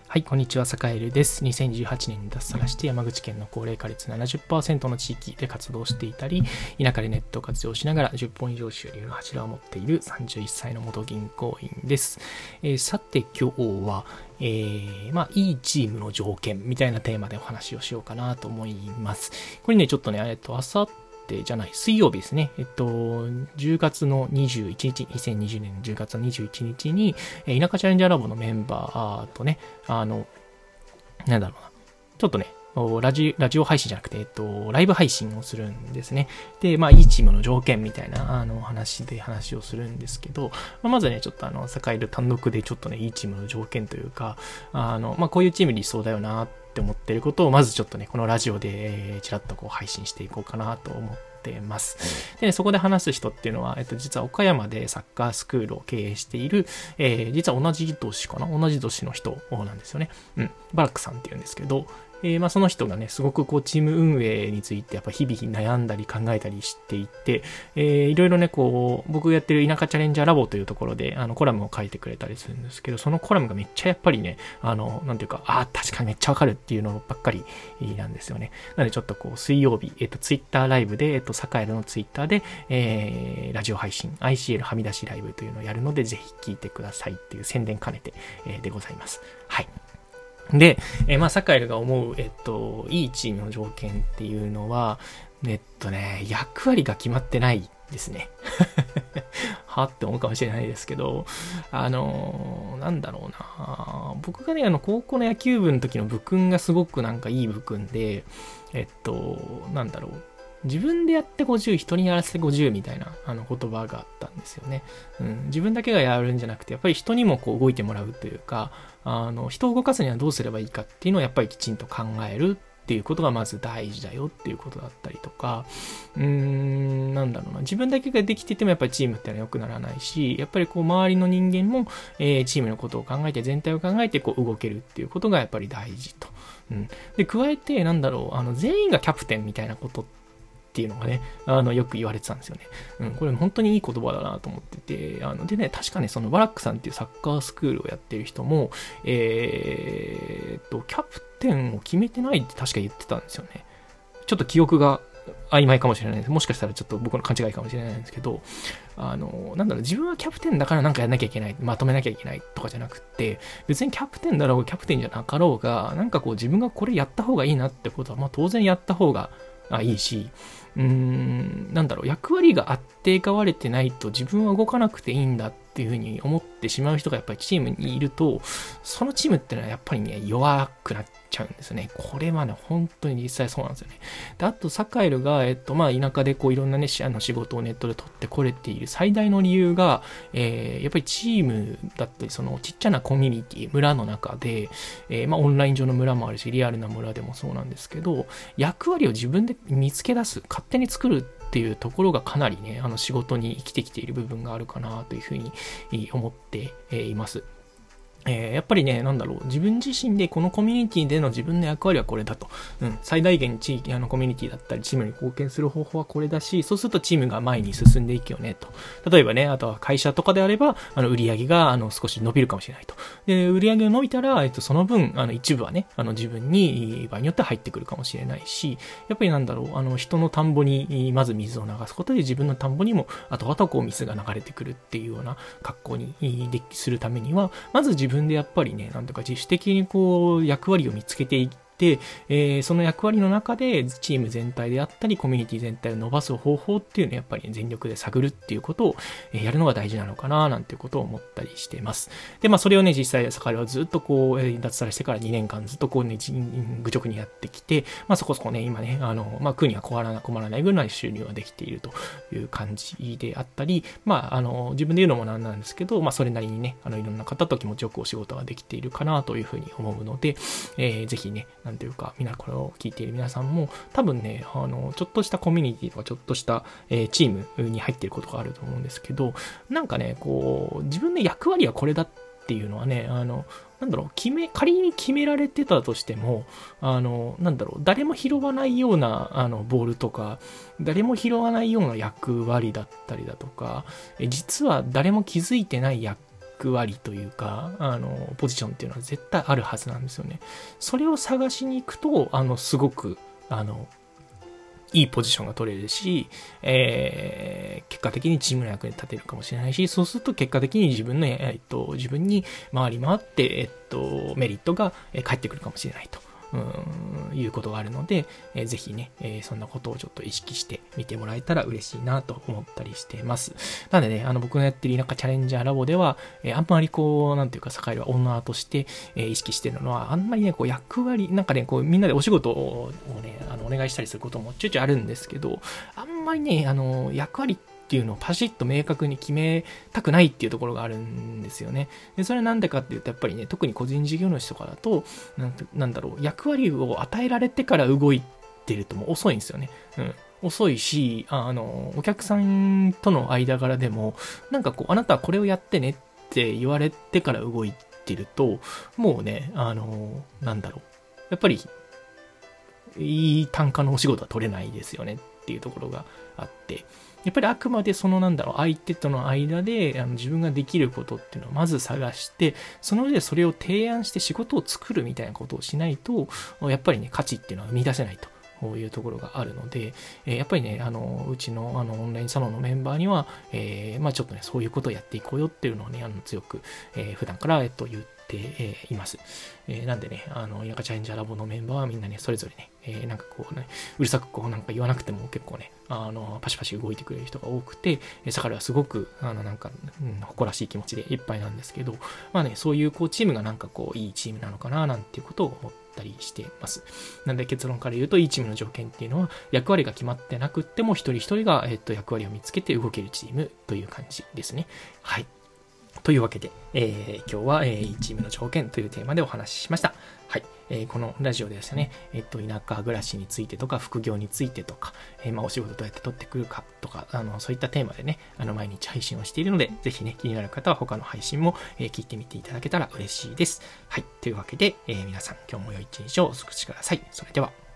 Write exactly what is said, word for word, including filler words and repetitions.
はい、こんにちは、坂井です。にせんじゅうはちねんに脱サラして山口県の高齢化率 ななじゅっパーセント の地域で活動していたり、田舎でネットを活用しながらじゅっぽん以上収入の柱を持っているさんじゅういっさいの元銀行員です。えー、さて今日は、えー、まあ、いいチームの条件みたいなテーマでお話をしようかなと思います。これね、ちょっとね、えっと、あさってじゃない、水曜日ですね。えっと、じゅうがつのにじゅういちにち、にせんにじゅうねんのじゅうがつのにじゅういちにちに、田舎チャレンジャーラボのメンバーとね、あの、なんだろうな。ちょっとね、ラジ、ラジオ配信じゃなくて、えっと、ライブ配信をするんですね。で、まあ、いいチームの条件みたいな、あの、話で話をするんですけど、まあ、まずね、ちょっとあの、坂井単独でちょっとね、いいチームの条件というか、あの、まあ、こういうチーム理想だよなって思ってることを、まずちょっとね、このラジオで、えー、ちらっとこう配信していこうかなと思ってます。で、ね、そこで話す人っていうのは、えっと、実は岡山でサッカースクールを経営している、えー、実は同じ年かな同じ年の人なんですよね。うん。バラックさんっていうんですけど、えー、まあその人がね、すごくこうチーム運営についてやっぱ日々悩んだり考えたりしていて、えー、いろいろね、こう、僕がやってる田舎チャレンジャーラボというところで、あの、コラムを書いてくれたりするんですけど、そのコラムがめっちゃやっぱりね、あの、なんていうか、ああ、確かにめっちゃわかるっていうのばっかりなんですよね。なのでちょっとこう、水曜日、えっと、ツイッターライブで、えっと、サカエルのツイッターで、えー、ラジオ配信、アイシーエル はみ出しライブというのをやるので、ぜひ聞いてくださいっていう宣伝兼ねて、えー、でございます。はい。で、えー、まあ、サカエルが思う、えっと、いいチームの条件っていうのは、えっとね、役割が決まってないですね。はって思うかもしれないですけど、あのー、なんだろうな。僕がね、あの、高校の野球部の時の部訓がすごくなんかいい部訓で、えっと、なんだろう。自分でやってごじゅう、人にやらせてごじゅうみたいなあの言葉があったんですよね。うん、自分だけがやるんじゃなくて、やっぱり人にもこう動いてもらうというか、あの、人を動かすにはどうすればいいかっていうのをやっぱりきちんと考えるっていうことがまず大事だよっていうことだったりとか、うーん、なんだろうな。自分だけができててもやっぱりチームってのは良くならないし、やっぱりこう周りの人間も、えー、チームのことを考えて、全体を考えてこう動けるっていうことがやっぱり大事と。うん。で、加えて、なんだろう、あの、全員がキャプテンみたいなことって、っていうのがね、あの、よく言われてたんですよね。うん、これ本当にいい言葉だなと思ってて、あの、でね、確かね、そのバラックさんっていうサッカースクールをやってる人も、えーっと、キャプテンを決めてないって確か言ってたんですよね。ちょっと記憶が曖昧かもしれないです。もしかしたらちょっと僕の勘違いかもしれないんですけど、あの、なんだろう、自分はキャプテンだからなんかやんなきゃいけない、まとめなきゃいけないとかじゃなくって、別にキャプテンだろうがキャプテンじゃなかろうが、なんかこう自分がこれやった方がいいなってことは、まあ当然やった方がいいし、うーん、なんだろう、役割があってかわれてないと自分は動かなくていいんだっていうふうに思ってしまう人がやっぱりチームにいると、そのチームってのはやっぱりね、弱くなっちゃうんですよね。これはね、本当に実際そうなんですよね。で、あと、サカエルが、えっと、まあ、田舎でこういろんなね、あの仕事をネットで取ってこれている最大の理由が、えー、やっぱりチームだったり、そのちっちゃなコミュニティ、村の中で、えー、まあ、オンライン上の村もあるし、リアルな村でもそうなんですけど、役割を自分で見つけ出す、勝手に作るっていうところがかなりね、あの仕事に生きてきている部分があるかなというふうに思っています。えー、やっぱりね、なんだろう、自分自身でこのコミュニティでの自分の役割はこれだと。うん、最大限地域、あのコミュニティだったり、チームに貢献する方法はこれだし、そうするとチームが前に進んでいくよね、と。例えばね、あとは会社とかであれば、あの、売り上げが、あの、少し伸びるかもしれないと。で、売り上げが伸びたら、えっと、その分、あの、一部はね、あの、自分に、場合によって入ってくるかもしれないし、やっぱりなんだろう、あの、人の田んぼに、まず水を流すことで、自分の田んぼにも、あとあとこう、水が流れてくるっていうような格好にするためには、まず自分でやっぱりね、なんとか自主的にこう役割を見つけていってで、えー、その役割の中でチーム全体であったりコミュニティ全体を伸ばす方法っていうのをやっぱり、ね、全力で探るっていうことを、えー、やるのが大事なのかななんていうことを思ったりしています。で、まあそれをね実際彼はずっとこう、えー、脱サラしてからにねんかんずっとこうね愚直にやってきて、まあそこそこね今ねあのまあ食うには困らない困らないぐらい収入ができているという感じであったり、まああの自分で言うのもなんなんですけど、まあそれなりにねあのいろんな方と気持ちよくお仕事ができているかなというふうに思うので、えー、ぜひねなんていうか、みんなこれを聞いている皆さんも多分ね、あの、ちょっとしたコミュニティとかちょっとした、えー、チームに入っていることがあると思うんですけど、なんかね、こう、自分の役割はこれだっていうのはね、あの、なんだろう、決め、仮に決められてたとしても、あの、なんだろう、誰も拾わないような、あの、ボールとか、誰も拾わないような役割だったりだとか、え実は誰も気づいてない役役割というか、あの、ポジションっていうのは絶対あるはずなんですよね。それを探しに行くと、あの、すごく、あの、いいポジションが取れるし、えー、結果的にチームの役に立てるかもしれないし、そうすると結果的に自分の、えっと、自分に回り回って、えっと、メリットが返ってくるかもしれないと。うん、いうことがあるので、えー、ぜひね、えー、そんなことをちょっと意識して見てもらえたら嬉しいなと思ったりしています。なのでね、あの僕がやってる田舎チャレンジャーラボでは、えー、あんまりこう、なんていうか、境はオーナーとして、えー、意識してるのは、あんまりね、こう役割、なんかね、こうみんなでお仕事をね、あのお願いしたりすることもちょいちょいあるんですけど、あんまりね、あの、役割っていうのをパシッと明確に決めたくないっていうところがあるんですよね。でそれはなんでかっていうと、やっぱりね、特に個人事業主とかだと、なんて、なんだろう、役割を与えられてから動いてるともう遅いんですよね。うん。遅いし、あの、お客さんとの間柄でも、なんかこう、あなたはこれをやってねって言われてから動いてると、もうね、あの、なんだろう、やっぱり、いい単価のお仕事は取れないですよねっていうところがあって、やっぱりあくまでそのなんだろう、相手との間であの自分ができることっていうのをまず探して、その上でそれを提案して仕事を作るみたいなことをしないと、やっぱりね、価値っていうのは生み出せないと。こういうところがあるので、えー、やっぱりね、あの、うちのあのオンラインサロンのメンバーには、えー、まあちょっとね、そういうことをやっていこうよっていうのをね、あの強く、えー、普段から、えっと、言って、えー、います。えー、なんでね、あの、田舎チャレンジャーラボのメンバーはみんなね、それぞれね、えー、なんかこうね、うるさくこうなんか言わなくても結構ね、あの、パシパシ動いてくれる人が多くて、さかりはすごく、あの、なんか、うん、誇らしい気持ちでいっぱいなんですけど、まあね、そういうこうチームがなんかこう、いいチームなのかな、なんていうことを思ったりしてます。なので結論から言うと、いいチームの条件っていうのは、役割が決まってなくっても、一人一人が、えっと、役割を見つけて動けるチームという感じですね。はい。というわけで、えー、今日は、えー、いいチームの条件というテーマでお話ししました。はい。えー、このラジオでですね、えっと、田舎暮らしについてとか、副業についてとか、えー、まあ、お仕事どうやって取ってくるかとか、あの、そういったテーマでね、あの、毎日配信をしているので、ぜひね、気になる方は他の配信も、えー、聞いてみていただけたら嬉しいです。はい。というわけで、えー、皆さん、今日も良い一日をお過ごしください。それでは。